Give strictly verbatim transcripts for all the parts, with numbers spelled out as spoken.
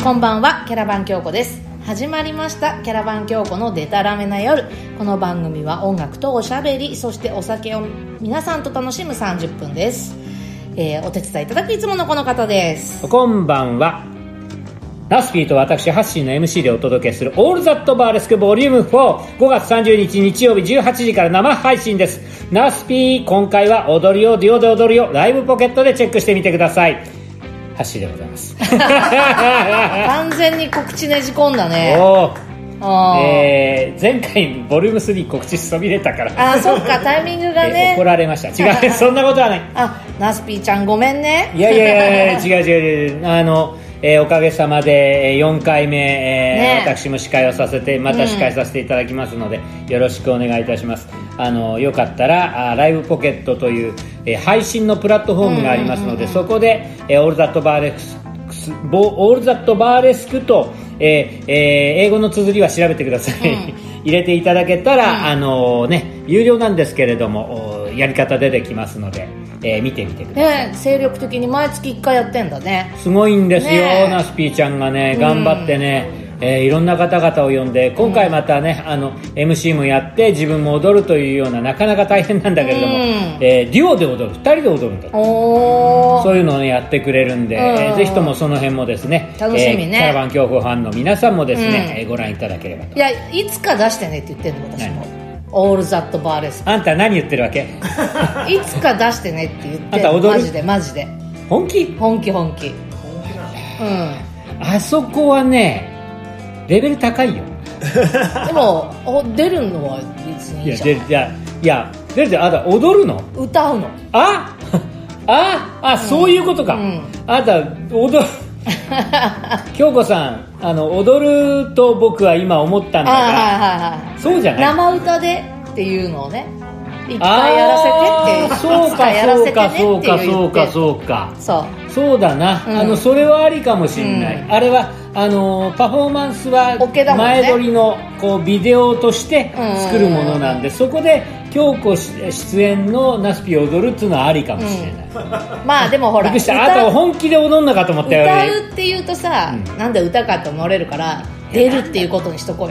こんばんは、キャラバン京子です。始まりましたキャラバン京子のデタラメな夜。この番組は音楽とおしゃべり、そしてお酒を皆さんと楽しむさんじゅっぷんです。えー、お手伝いいただくいつものこの方です。 こんばんは。ナスピーと私ハッシーの エムシー でお届けするオールザットバーレスクボリュームフォー、ごがつさんじゅうににち日曜日じゅうはちじから生配信です。ナスピー、今回は踊りをデュオで踊りをライブポケットでチェックしてみてください。ハッシーでございます。 完全に告知ねじ込んだね。 おー、えー、前回ボリュームスリー告知しそびれたからあ、そっか、タイミングがね、 えー、怒られました。違うそんなことはない。 あ、ナスピーちゃんごめんね。 いやいやいや違う違う違う、あのえー、おかげさまでよんかいめ、えーね、私も司会をさせてまた司会させていただきますので、うん、よろしくお願いいたします。あのよかったらあライブポケットという、えー、配信のプラットフォームがありますので、うんうんうんうん、そこで、えー、オールザットバーレスクオールザットバーレスクと、えーえー、英語の綴りは調べてください、うん、入れていただけたら、うん、あのね、有料なんですけれどもやり方出てきますので、えー、見てみてください、 ね、精力的に毎月いっかいやってんだね。 すごいんですよ、 ね、 ナスピーちゃんがね頑張ってね、うん、えー、いろんな方々を呼んで今回またね、うん、あの エムシー もやって自分も踊るというようななかなか大変なんだけれども、うん、えー、デュオで踊る、ふたりで踊るんだ。おそういうのを、ね、やってくれるんで、うん、えー、ぜひともその辺もですね、 楽しみね、 えー、キャラバン恐怖ファンの皆さんもですね、うん、えー、ご覧いただければと。 いや、いつか出してねって言ってるの私も。オールザットバーレスク。 あんた何言ってるわけ？ いつか出してねって言ってあんた踊る？ マジでマジで本気？ 本気本気。うん。 あそこはねレベル高いよ。 でも出るのは別にいいじゃん。 いや、いや、いや出るじゃん。あんた踊るの？ 歌うの。 あああ、うん、そういうことか、うん、あんた踊る京子さん、あの踊ると僕は今思ったんだが、はいはいはい、そうじゃない、 生歌でっていうのをね、一回やらせてって、 そうかそうかそうかそうかそうかそうそうだな、うん、あのそれはありかもしれない、うん、あれはあのパフォーマンスは前撮りのこうビデオとして作るものなんで、そこで京子出演のナスピを踊るっていうのはありかもしれない、うん、 まあでもほら、 びっくりした。あなたは本気で踊んなかと思ったよ。 歌うっていうとさ、うん、なんで歌かって思われるから出るっていうことにしとこうよ。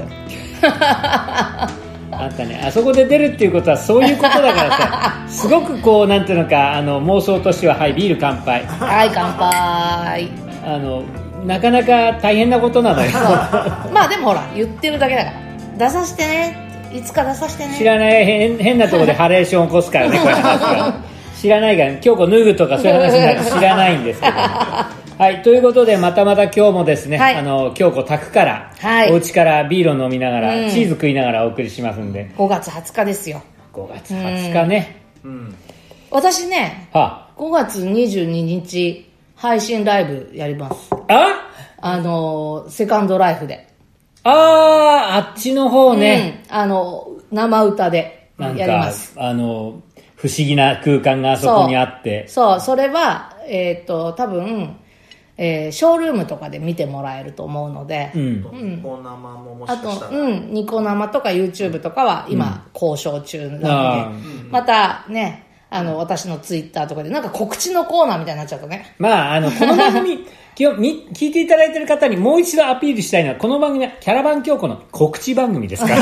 あんたね、あそこで出るっていうことはそういうことだからさ、すごくこうなんていうのか、あの妄想としては、はい、ビール乾杯、 はい乾杯、 あのなかなか大変なことなのよ。 まあでもほら言ってるだけだから出させてね、いつか出させてね。 知らない 変, 変なところでハレーション起こすからね。これ話知らないから、ね、京子脱ぐとかそういう話になると知らないんですけど、ね、はい、ということでまたまた今日もですね、はい、あの京子宅から、はい、お家からビールを飲みながら、うん、チーズ食いながらお送りしますんで。 ごがつはつかですよ。 ごがつはつかね、 うんうん、私ね、はあ、ごがつにじゅうににち配信ライブやります。 ああのセカンドライフで、 ああ、あっちの方ね、 うん、あの生歌でやります。 あの不思議な空間があそこにあって、 そう、そう、それはえっと多分、えー、ショールームとかで見てもらえると思うので、うん、 ニコ生ももしかしたら、 あと、うん、ニコ生とか YouTube とかは今、うん、交渉中なので、うん、またね、あの私のツイッターとかでなんか告知のコーナーみたいになっちゃったね。 まああのこの番組今日聞いていただいている方にもう一度アピールしたいのは、この番組はキャラバン京子の告知番組ですから。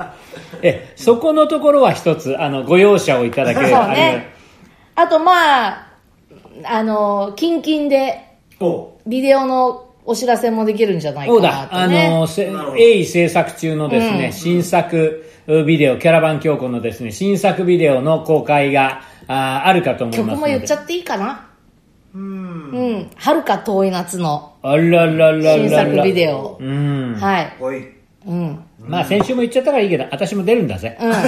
えそこのところは一つあのご容赦をいただければ。そうね。 あとまああのキンキンでビデオのお知らせもできるんじゃないかなと、ね。そうだ、あの鋭意制作中のですね、うん、新作ビデオ、キャラバン京子のですね新作ビデオの公開が あ, あるかと思いますので。 曲も言っちゃっていいかな。うん、うん、遥か遠い夏の新作ビデオ、うん、はい、おい、うん、 まあ先週も言っちゃったからいいけど、私も出るんだぜ、うん、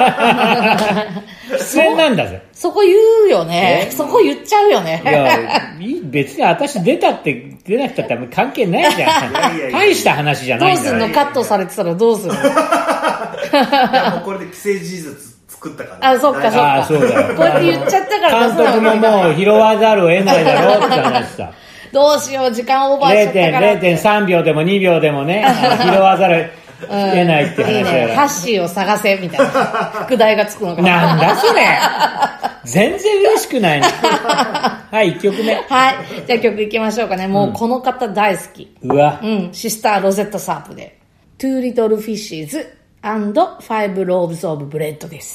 出演なんだぜ。 そこ言うよね、そこ言っちゃうよね。 いや別に私出たって出なくたって関係ないじゃん。大した話じゃないんだよ。 どうすんの、カットされてたらどうするの。いやもうこれで既成事実作ったから、 ね、あ、そっかそっか。 あ、そうだよ。 こうやって言っちゃったから監督ももう拾わざるを得ないだろうって話さ。 どうしよう、時間オーバーしちゃったから。 れいてんさんびょうでもにびょうでもね、拾わざるを得ないって話だよ、うん。いいね。 ハッシーを探せみたいな副題がつくのかな。 なんだそれ。全然嬉しくないの。 はい、いっきょくめ。 はい。じゃあ曲いきましょうかね。もうこの方大好き。 うわ。 うん。シスター・ロゼッタ・サープで。Two Little Fishes and Five Loaves of Bread です。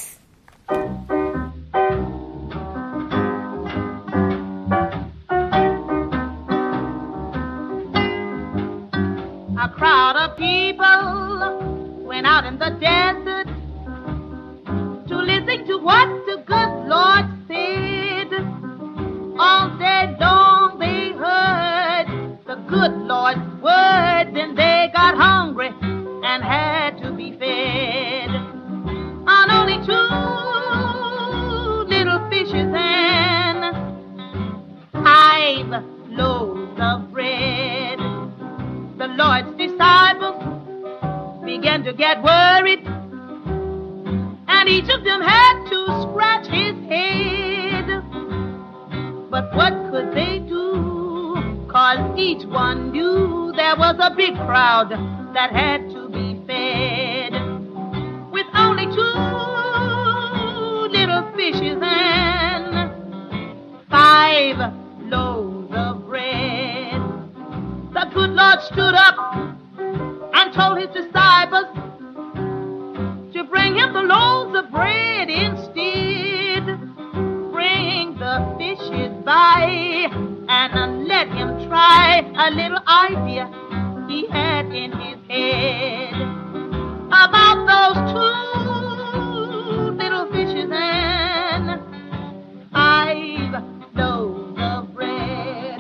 A crowd of people went out in the desert to listen to what the good Lord said. All day long they heard the good Lord's word, then they got hungry and had to be fed. On only two little fishes and five loaves of bread. The Lord's disciples began to get worried, and each of them had to scratch his head. But what could they do? 'Cause each one knew there was a big crowd that had to be fed. With only two little fishes and five loaves of bread, the good Lord stood up and told his disciples to bring him the loaves of bread instead. Bring the fishes by and let him try a little idea he had in his head about those two little fishes and five loaves of bread.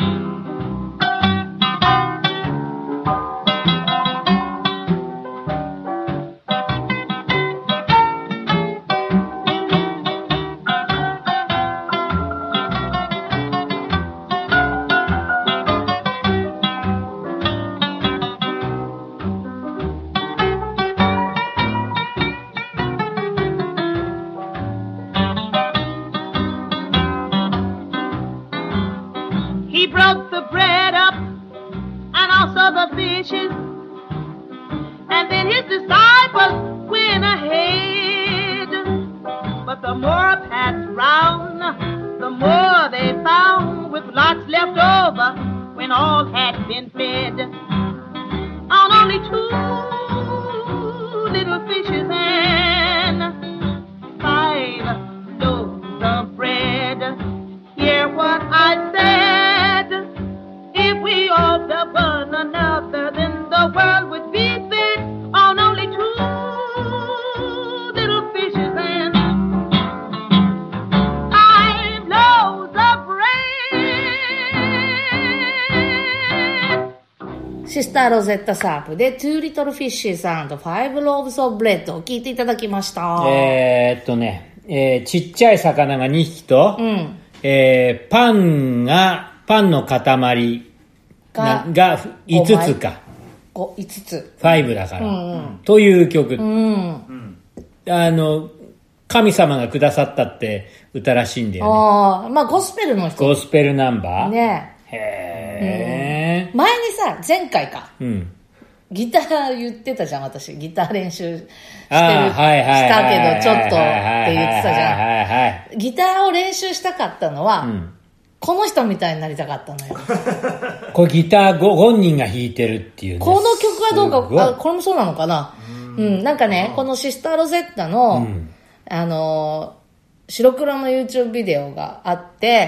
He broke the bread up and also the fishes, and then his disciples went ahead. But the more passed round, the more they found, with lots left over when all had been fed. On only two little fishes and five loaves of bread. Hear what I said. If we all love one another, then the world would be fed on only two little fishes and five loaves of bread. シスター・ロゼッタ・サープで Two Little Fishes and Five Loaves of Bread を聞いていただきました。 えー、っとね、えー、ちっちゃい魚がにひきと、うん、えー、パンが、パンの塊が、がいつつか。 ご、いつつ。 ファイブだから。うんうん、という曲、うん。あの、神様がくださったって歌らしいんだよね。 ああ、まあゴスペルの人。 ゴスペルナンバーね。 へー、 うん。前にさ、前回か。 うん。 ギター言ってたじゃん、私。ギター練習してる。 はいはいはい、 したけど、ちょっとって言ってたじゃん。 はいはいはい、 ギターを練習したかったのは、うん、この人みたいになりたかったのよ。 これギターご本人が弾いてるっていうね。 この曲はどうか、あ、これもそうなのかな。うん、うん、なんかね、このシスター・ロゼッタの、うん、あの、白黒の YouTube ビデオがあって、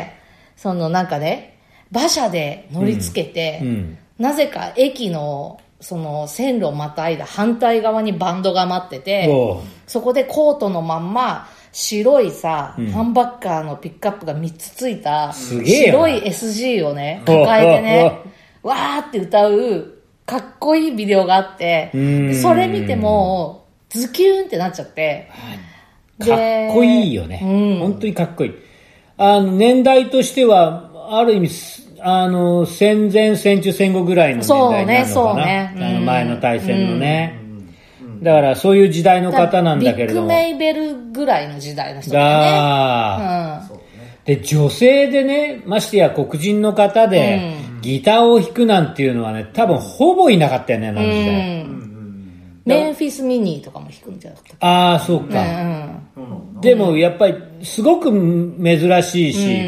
そのなんかね、馬車で乗り付けて、うんうん、なぜか駅の、その線路をまたいだ反対側にバンドが待ってて、そこでコートのまんま白いさ、うん、ハンバッカーのピックアップがみっつついた白い エスジー をね抱えてねわーって歌うかっこいいビデオがあって、それ見てもズキューンってなっちゃって、 かっこいいよね、うん、本当にかっこいい。あの年代としてはある意味あの戦前戦中戦後ぐらいの年代になるのかな、そうね、そうね、あの前の大戦のね、うん、だからそういう時代の方なんだけれども、 ビッグメイベルぐらいの時代の人だね、うん、で女性でね、ましてや黒人の方でギターを弾くなんていうのはね多分ほぼいなかったよね、あの時代、うん、 メンフィスミニーとかも弾くんじゃなかったっけ。 ああそうか、うんうん、でもやっぱりすごく珍しいし、うんうんうん、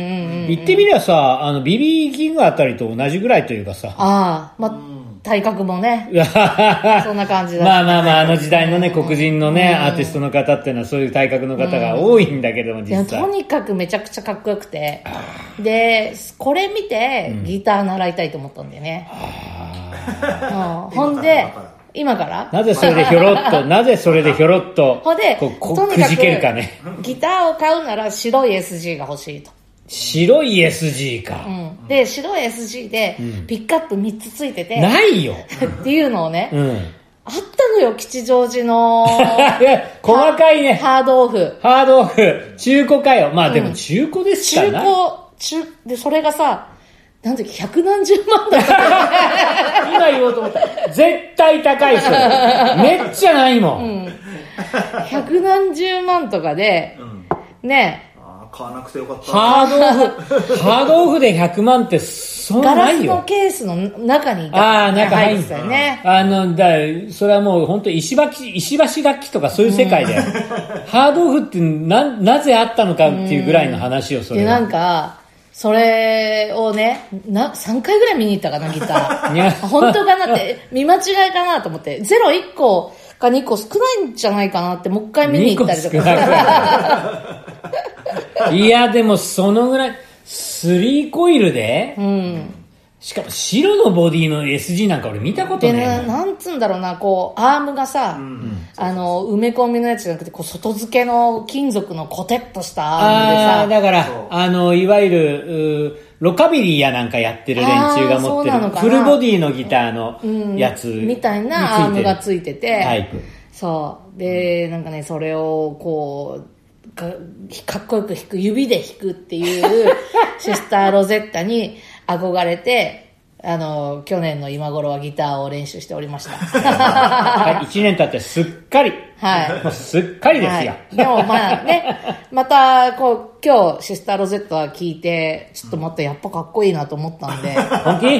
言ってみりゃさ、あの、ビビー・キングあたりと同じぐらいというかさ。 ああ、まあ、体格もね。そんな感じだ、ね。 まあまあまあ、あの時代のね、黒人のね、アーティストの方っていうのはそういう体格の方が多いんだけども、実際。 とにかくめちゃくちゃかっこよくて。で、これ見て、ギター習いたいと思ったんだよね。うん、ほんで、今からなぜそれでひょろっと、なぜそれでひょろっと、 ほんで、 こう、くじけるかね。 ギターを買うなら白い エスジー が欲しいと。 白い エスジー か。 うん。で、白い エスジー で、ピックアップみっつついてて。 うん、ないよっていうのをね、 うん、 あったのよ、吉祥寺の。 細かいね。 ハードオフ。 ハードオフ。中古かよ。まあでも中古ですかね。 中古、中、で、それがさ、なんだっけ、百何十万だった。 今言おうと思った。絶対高いですよ。めっちゃないもん。うん、 百何十万とかで、うん、ね買わなくてよかった。 ハードオフ、ハードオフでひゃくまんってそんなないよ。 ガラスのケースの中にああ、中入ってたよね。 あの、だそれはもう本当石橋、石橋楽器とかそういう世界で、うん、ハードオフってな、なぜあったのかっていうぐらいの話をそれは。 で、なんか、それをね、な、さんかいぐらい見に行ったかな、ギター。本当かなって、見間違いかなと思って、ゼロいっこかにこ少ないんじゃないかなって、もう一回見に行ったりとか。 いや、でもそのぐらい、スリーコイルで、 うん、 しかも白のボディの エスジー なんか俺見たことない。 でね、なんつうんだろうな、こう、アームがさ、うん、あの、埋め込みのやつじゃなくて、こう、外付けの金属のコテッとしたアームでさ。 あだから、あの、いわゆる、ロカビリーやなんかやってる連中が持ってる、フルボディのギターのやつ、 うん、みたいなアームがついてて、 タイプ。 そう。で、なんかね、それを、こう、か, かっこよく弾く、指で弾くっていうシスターロゼッタに憧れて、あの、去年の今頃はギターを練習しておりました。 はい、一年経ってすっかり。 はい。 もうすっかりですよ。 はい、でもまあね、また、こう、今日シスターロゼッタ聞いて、ちょっとまたやっぱかっこいいなと思ったんで。 本気？ うん。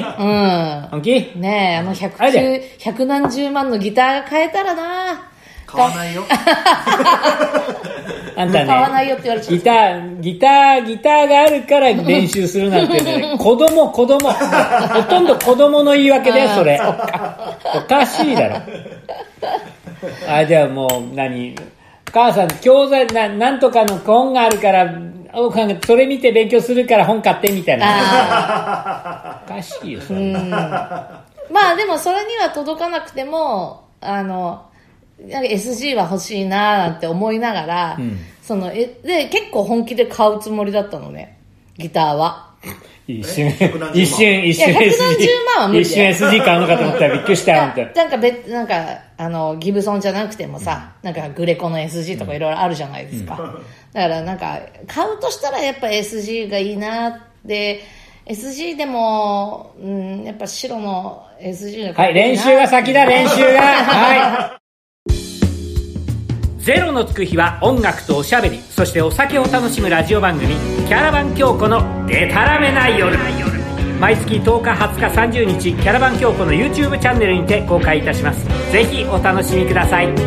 本気？ ねえ、あの百十、百何十万のギターが買えたらな。 買わないよ。 あんたね、 買わないよって言われちゃう。 ギター、ギター、ギターがあるから練習するなんてね、子供、子供。ほとんど子供の言い訳だよ、それ。おかしいだろ。あ、じゃあもう、何、母さん、教材、な、なんとかの本があるから、それ見て勉強するから本買ってみたいな。おかしいよ、それ。 うん。まあでもそれには届かなくても、あの、なんか エスジー は欲しいなーなんて思いながら、うん、そのえで結構本気で買うつもりだったのね、ギターは。 一瞬、一瞬、一瞬 エスジー。 百何十万は無理一瞬 エスジー 買うのかと思ったらびっくりしたよ、本当。 なんか別、なんか、あの、ギブソンじゃなくてもさ、うん、なんかグレコの エスジー とかいろいろあるじゃないですか。うん、だからなんか、買うとしたらやっぱ エスジー がいいなって、エスジー でも、うん、やっぱ白の エスジー がかっこいいな。はい、練習が先だ、練習が。はい。ゼロのつく日は音楽とおしゃべり、そしてお酒を楽しむラジオ番組、キャラバン京子のデタラメな夜。毎月とおか、はつか、さんじゅうにち、キャラバン京子の YouTube チャンネルにて公開いたします。ぜひお楽しみください。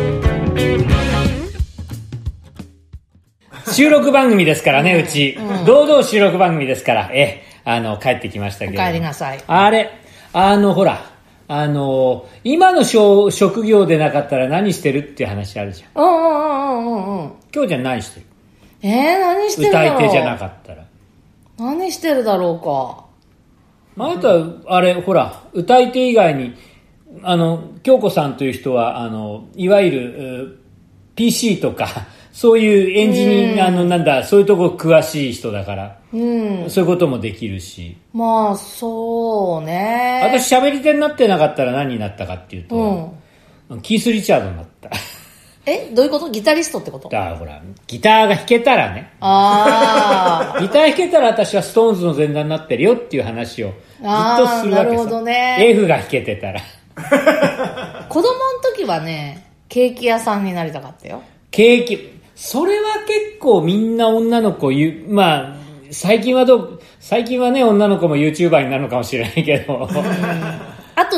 収録番組ですからね、うち。うん、堂々収録番組ですから、え、あの、帰ってきましたけど。 お帰りなさい。 あれ、あの、ほら、あの、今の職業でなかったら何してるっていう話あるじゃん。 うんうんうんうんうん。 今日じゃ何してる？ えー、何してるだろう。 歌い手じゃなかったら。 何してるだろうか。 あなた、あれ、ほら、歌い手以外に、あの、京子さんという人は、あの、いわゆる、ピーシー とか、そういうエンジニア、あの、なんだ、そういうとこ詳しい人だから、うん、そういうこともできるし。 まあ、そうね。 私喋り手になってなかったら何になったかっていうと、うん、キース・リチャードになった。 え、どういうこと？ギタリストってこと？ だからほら、ギターが弾けたらね。 ああ。 ギター弾けたら私はストーンズの前座になってるよっていう話をずっとするわけさ。 なるほどね。 F が弾けてたら。 子供の時はね、ケーキ屋さんになりたかったよ。 ケーキ、それは結構みんな女の子言う、まあ、最近はどう、最近はね、女の子も YouTuber になるのかもしれないけど。 あとなっ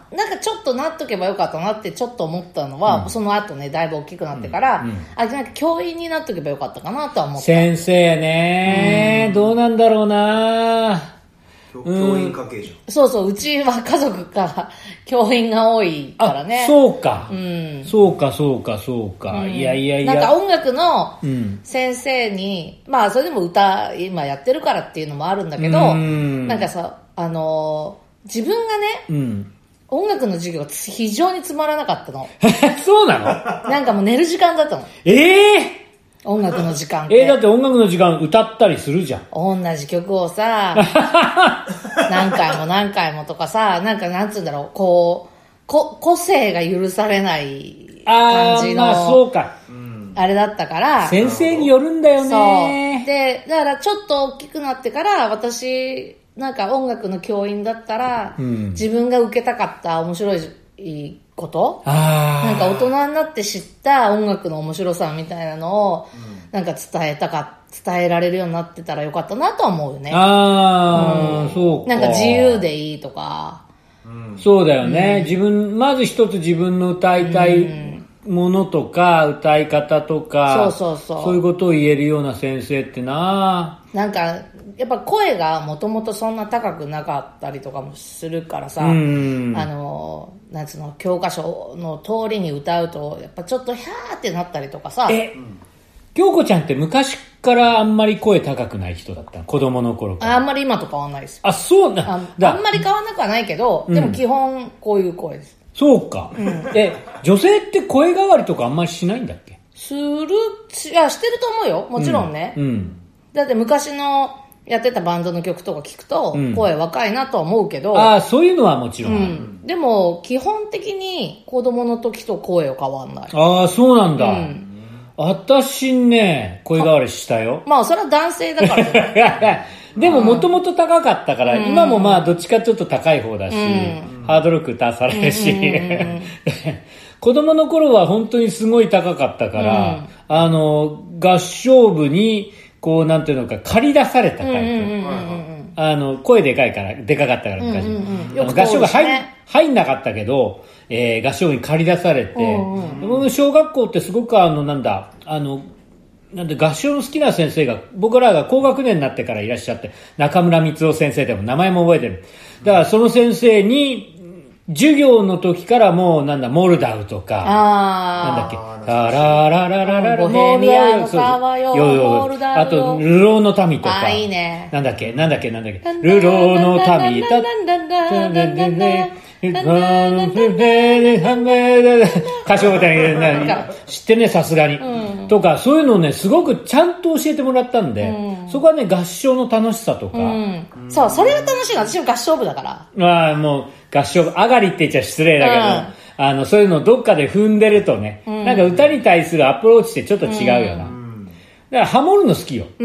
なんかちょっとなっとけばよかったなってちょっと思ったのは、うん、その後ねだいぶ大きくなってから、うんうん、あなんか教員になっとけばよかったかなとは思った。 先生ね、うん、どうなんだろうな。 教員家系じゃん、 うん、そうそう、うちは家族が教員が多いからね。 あそうか、 うん、 そうかそうかそうか、うん、いやいやいや、 なんか音楽の先生に、うん、まあそれでも歌今やってるからっていうのもあるんだけど、うん、なんかさあの自分がね、うん、音楽の授業が非常につまらなかったの。 そうなの？ なんかもう寝る時間だったの。 ええー音楽の時間って。 えー、だって音楽の時間歌ったりするじゃん。 同じ曲をさ、何回も何回もとかさ、なんかなんつうんだろう、こう、こ個性が許されない感じの。 あー、まあそうか。 あれだったから。 先生によるんだよね。 そう。で、だからちょっと大きくなってから、私、なんか音楽の教員だったら、うん、自分が受けたかった面白いこと、あなんか大人になって知った音楽の面白さみたいなのを、うん、なんか伝えたか伝えられるようになってたらよかったなとは思うよね。 ああ、うん、そうか。 なんか自由でいいとか、 うん、そうだよね、うん、自分まず一つ自分の歌いたいものとか、うん、歌い方とか、そうそうそう、そういうことを言えるような先生ってな、 なんかやっぱ声がもともとそんな高くなかったりとかもするからさ、うん、あのなんつうの教科書の通りに歌うとやっぱちょっとヒャーってなったりとかさ。 え、京子ちゃんって昔からあんまり声高くない人だったの？子供の頃から。 あんまり今と変わんないです。 あ、そうなああんまり変わんなくはないけど、でも基本こういう声です。 うん、そうか、うん、え、女性って声変わりとかあんまりしないんだっけ？ する、いや、してると思うよ。もちろんね。うんうん、だって昔のやってたバンドの曲とか聞くと、うん、声若いなとは思うけど。 ああ、そういうのはもちろん、うん。 でも、基本的に子供の時と声は変わんない。 ああ、そうなんだ。うん、私ね、声変わりしたよ。 まあ、それは男性だから、ね。 でも、もともと高かったから、うん、今もまあ、どっちかちょっと高い方だし、うん、ハードロック歌わされるし、うん、子供の頃は本当にすごい高かったから、うん、あの、合唱部に、こう、なんていうのか、借り出されたタイプ。うんうんうんうん、あの、声でかいから、でかかったから、昔。うんうんうん、合唱部入、ね、入んなかったけど、えー、合唱部に借り出されて、うんうん、小学校ってすごくあの、なんだ、あの、なんで合唱の好きな先生が、僕らが高学年になってからいらっしゃって、中村光夫先生でも名前も覚えてる。だからその先生に、授業の時からもうなんだ、モルダウとか、なんだっけ、タララララララ、 ボヘミアの川よ、モルダウ。 あと、流浪の民とか、 いいね、 なんだっけ、なんだっけ、なんだっけ、流浪の民、た、歌唱みたいな、知ってね、さすがに、うん。とか、そういうのをね、すごくちゃんと教えてもらったんで、うん、そこはね、合唱の楽しさとか。うん、 そう、それが楽しいの。私も合唱部だから。 まあ、もう、合唱部、上がりって言っちゃ失礼だけど、うん、あの、そういうのをどっかで踏んでるとね、うん、なんか歌に対するアプローチってちょっと違うよな。うん、だからハモるの好きよ。うん。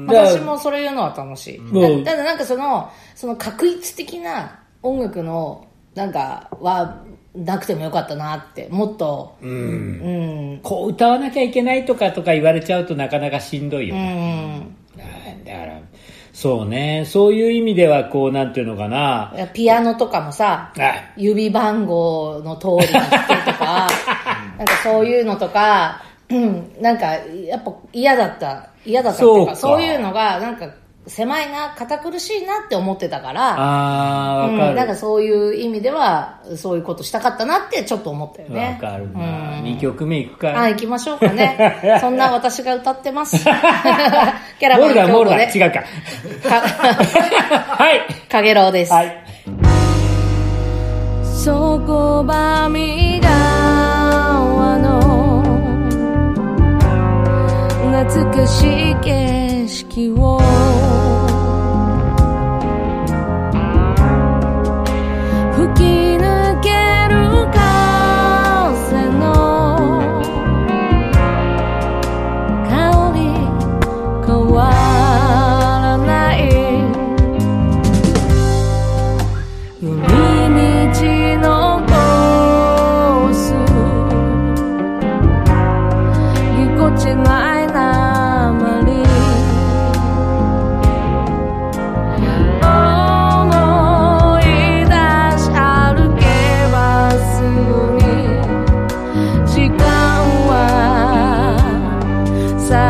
私もそれ言うのは楽しい。うん、だからなんかその、その確一的な音楽の、なんかは、なくてもよかったなって、もっと、うん。 うん、こう歌わなきゃいけないとかとか言われちゃうとなかなかしんどいよね。うん。だから、そうね、そういう意味ではこう、なんていうのかな。 ピアノとかもさ、指番号の通りにしてとか、なんかそういうのとか、うん、なんか、やっぱ嫌だった、嫌だったっていうか、そういうのが、なんか、狭いな、堅苦しいなって思ってたから、 あー、わかる、 うん。なんかそういう意味では、そういうことしたかったなってちょっと思ったよね。 わかるな、うん。にきょくめいくかい。 あ、行きましょうかね。そんな私が歌ってます。キャラバン京子で。モールだ、モールだ、違うか。はい。 かげろうです。 はい。 そこばみがわの懐かしい景色を吹き抜ける風の香り変わらない寄り道のコースぎこちないなまり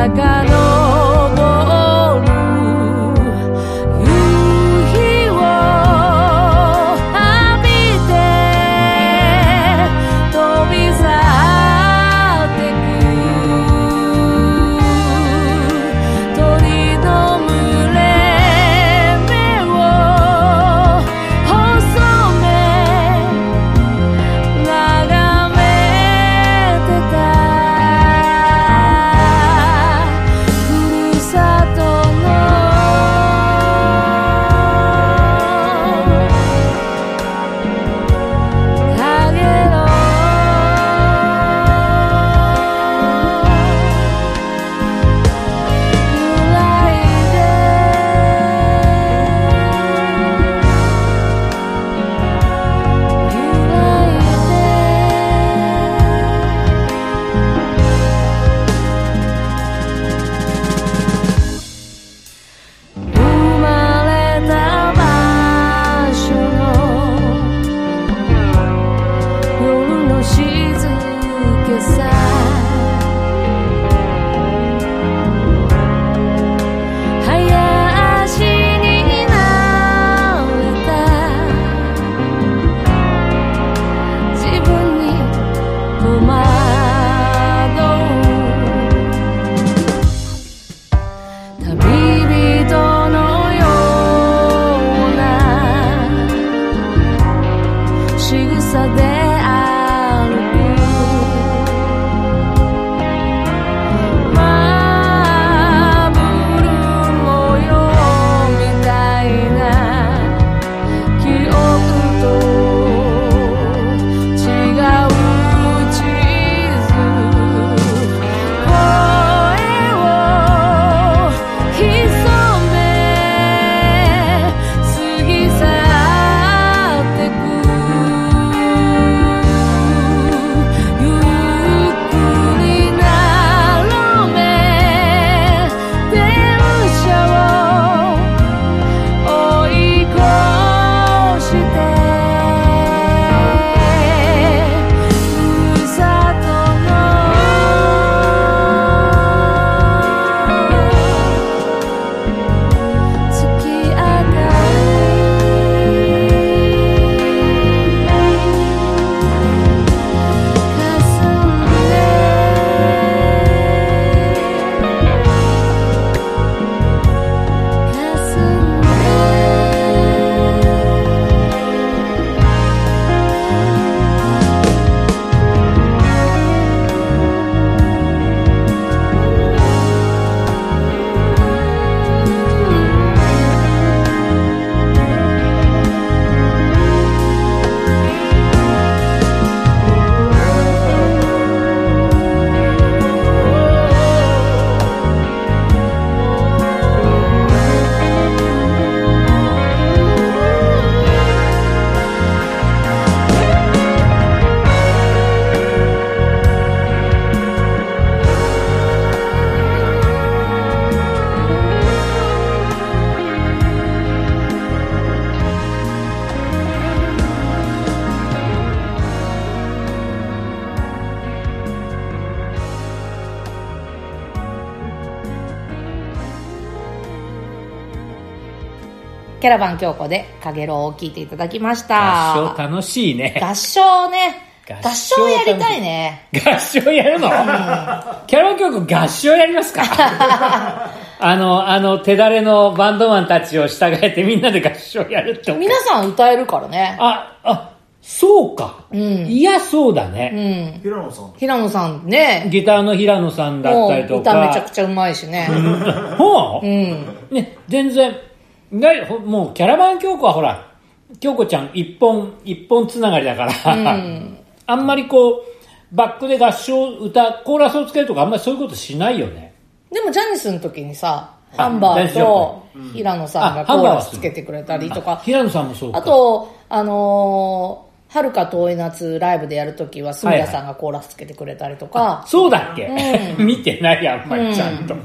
キャラバン京子でかげろうを聴いていただきました。 合唱楽しいね。 合唱ね。合唱やりたいね。 合唱やるの、うん、キャラバン京子合唱やりますかあの、あの、手だれのバンドマンたちを従えてみんなで合唱やるって。 皆さん歌えるからね。 あ、あ、そうか。 うん。 いや、そうだね。 うん。 平野さん。 平野さんね。 ギターの平野さんだったりとか。 歌めちゃくちゃうまいしね。 ほう、 うん。 ね、全然。もうキャラバン京子はほら、京子ちゃん一本、一本つながりだから、うん、あんまりこう、バックで合唱、歌、コーラスをつけるとかあんまりそういうことしないよね。 でもジャニスの時にさ、ハンバーと平野さんがコーラスつけてくれたりとか。 平野さんもそうか。 あと、あのー、はるか遠い夏ライブでやるときは、住田さんがコーラスつけてくれたりとか。はいはい、 そうだっけ、うん、見てないあんまりちゃんと。うん、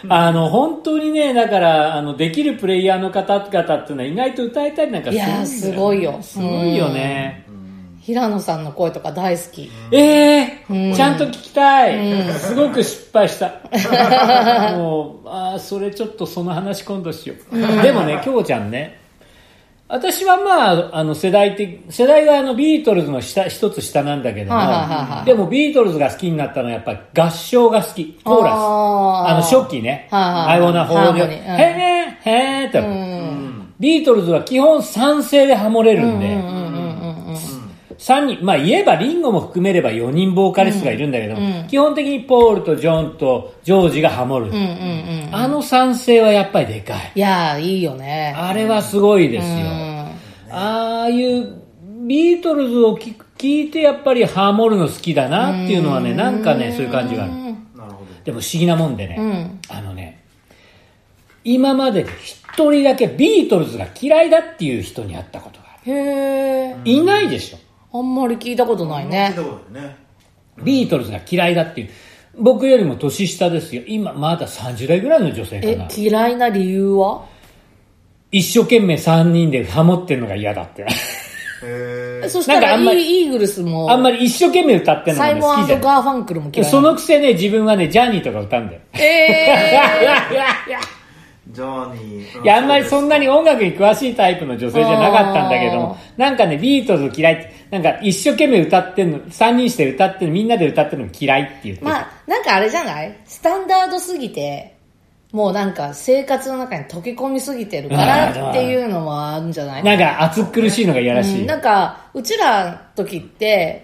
あの、本当にね、だから、あの、できるプレイヤーの方々っていうのは意外と歌えたりなんかするんだよね。 いや、すごいよ。 すごいよね。 平野さんの声とか大好き。 ええーうんちゃんと聞きたい、 うんすごく失敗したもうあーそれちょっとその話今度しよう、うん、でもね京子ちゃんね、私はまああの世代的世代があのビートルズの下一つ下なんだけども、 はいはいはいはい、 でもビートルズが好きになったのはやっぱり合唱が好き、コーラス、 ああの初期ね、 はいはいはい、 アイオナホールへーへーって、うん、ビートルズは基本三声でハモれるんで、うんうんうんうんさんにん、まあ言えばリンゴも含めればよにんボーカリストがいるんだけど、うんうん、基本的にポールとジョンとジョージがハモる、うんうんうん、あの三声はやっぱりでかい。 いやーいいよね、 あれはすごいですよ、うん、ああいうビートルズを聞いてやっぱりハモるの好きだなっていうのはね、なんかねそういう感じがある。なるほど。でも不思議なもんでね、うん、あのね今まで一人だけビートルズが嫌いだっていう人に会ったことがある。 へー、 いないでしょ。 あんまり聞いたことないね。 聞いたことないね。 ビートルズが嫌いだっていう。僕よりも年下ですよ。今まださんじゅう代ぐらいの女性かな。 え、嫌いな理由は？ 一生懸命さんにんでハモってるのが嫌だって。 へそしたらイーグルスもあんまり一生懸命歌ってるのが、ね、好きじゃない。 サイモン&ガーファンクルも嫌い。 そのくせね自分はねジャーニーとか歌うんだよ。 えー、いやいやいやジャーニー。 いや、あんまりそんなに音楽に詳しいタイプの女性じゃなかったんだけども、なんかね、ビートルズ嫌いって、なんか一生懸命歌ってんの、さんにんして歌ってる、みんなで歌ってるの嫌いって言って。 まあ、なんかあれじゃないスタンダードすぎて、もうなんか生活の中に溶け込みすぎてるからっていうのもあるんじゃない？ なんか暑苦しいのが嫌らしい。 うん、なんか、うちらの時って、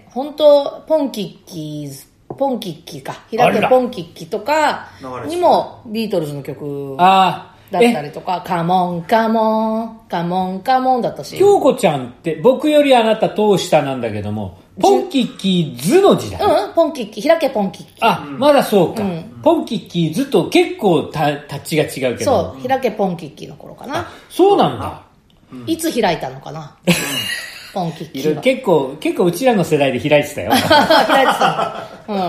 本当ポンキッキーズ、ポンキッキーか、平手ポンキッキーとかにもビートルズの曲。 ああ。 だったりとか、カモンカモン、カモンカモンだったし。 京子ちゃんって僕よりあなたと下なんだけども、ポンキッキーズの時代。 うん、ポンキッキー、開けポンキッキー。 あ、まだそうか。うん、ポンキッキーズと結構タッチが違うけど。 そう、開けポンキッキーの頃かな。 そうなんだ。 うん、いつ開いたのかなポンキッキーは。 結構、結構うちらの世代で開いてたよ。 開いてた。うん。うん、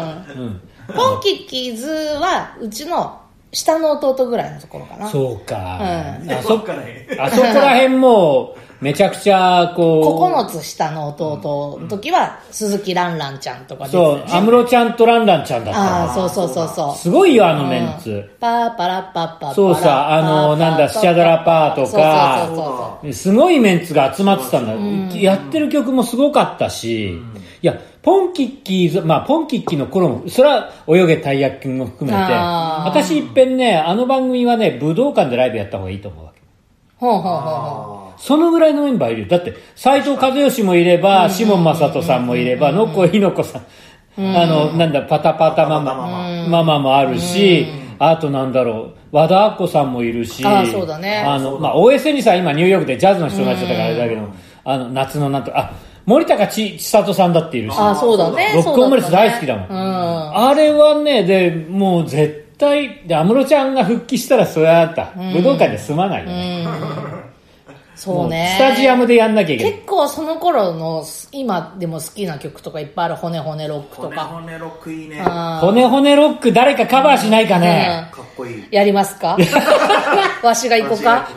ポンキッキーズは、うちの、下の弟ぐらいのところかな。 そうか。 うん、 あそ、あそこら辺も、めちゃくちゃ、こう。 ここのつ下の弟の時は、鈴木蘭蘭ちゃんとかで、ね。 そう、安室ちゃんと蘭蘭ちゃんだった。 ああ、そうそうそうそう。 すごいよ、あのメンツ。うん、 パーパラパッパッパそうさ、あの、なんだ、スチャダラパーとか、そうそうそうそう、すごいメンツが集まってたんだ。うん、やってる曲もすごかったし、うん、いや、ポンキッキーズ、まあ、ポンキッキーの頃も、それは泳げたい焼きも含めて、私いっぺんね、あの番組はね、武道館でライブやった方がいいと思うわけ。 ほうほうほうほう。そのぐらいのメンバーいるよ。だって、斉藤和義もいれば、シモン正人さんもいれば、野小ひの子さん、あの、なんだ、パタパタママ、ママもあるし、あとなんだろう、和田アッコさんもいるし、 ああ、そうだね。 あの、まあ、オーエスエヌ さん今ニューヨークでジャズの人になっちゃったからあれだけど、あの、夏のなんと、あ、森高千里さんだっているし。 ああ、そうだね。 ロックオンブレス大好きだもん。 うん、 あれはね、で、もう絶対、で、安室ちゃんが復帰したらそれあった。武道館で済まないよね。 うんそうね。 スタジアムでやんなきゃいけない。 結構その頃の今でも好きな曲とかいっぱいある。骨骨ロックとか。 骨骨ロックいいね。 骨骨ロック誰かカバーしないかね。 うん、かっこいい。 やりますかわしが行こうか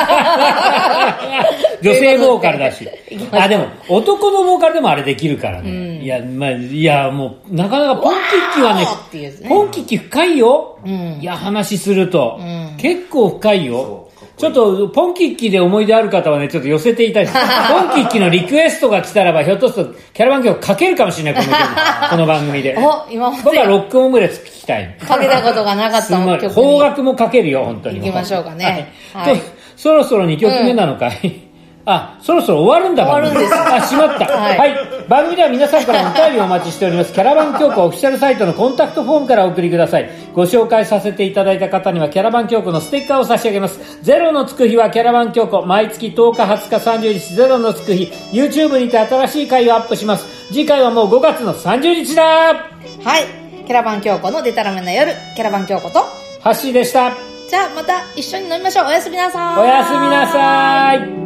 女性ボーカルだし。あ、でも男のボーカルでもあれできるからね。うん、いや、まあ、いや、もう、なかなかポンキッキはね、ねポンキッキ深いよ。うん、いや、話すると。うん、結構深いよ。ちょっと、ポンキッキで思い出ある方はね、ちょっと寄せていたいです。ポンキッキのリクエストが来たらば、ひょっとすると、キャラバン曲かけるかもしれない、この曲。この番組で。 お、今まで。 僕はロックオンブレス聞きたい。 かけたことがなかったの曲に。 邦楽もかけるよ、本当に。 行きましょうかね。 はい。と、そろそろにきょくめなのかい、うんあ、そろそろ終わるんだ。 終わるんです。 あ、しまった。はい、はい。番組では皆さんからお便りをお待ちしております。キャラバン京子オフィシャルサイトのコンタクトフォームからお送りください。ご紹介させていただいた方にはキャラバン京子のステッカーを差し上げます。ゼロのつく日はキャラバン京子、毎月とおか、はつか、さんじゅうにちゼロのつく日、YouTube にて新しい回をアップします。次回はもうごがつのさんじゅうにちだ。 はい。キャラバン京子のデタラメな夜、キャラバン京子と、 ハッシーでした。 じゃあまた一緒に飲みましょう。おやすみなさーい。 おやすみなさーい。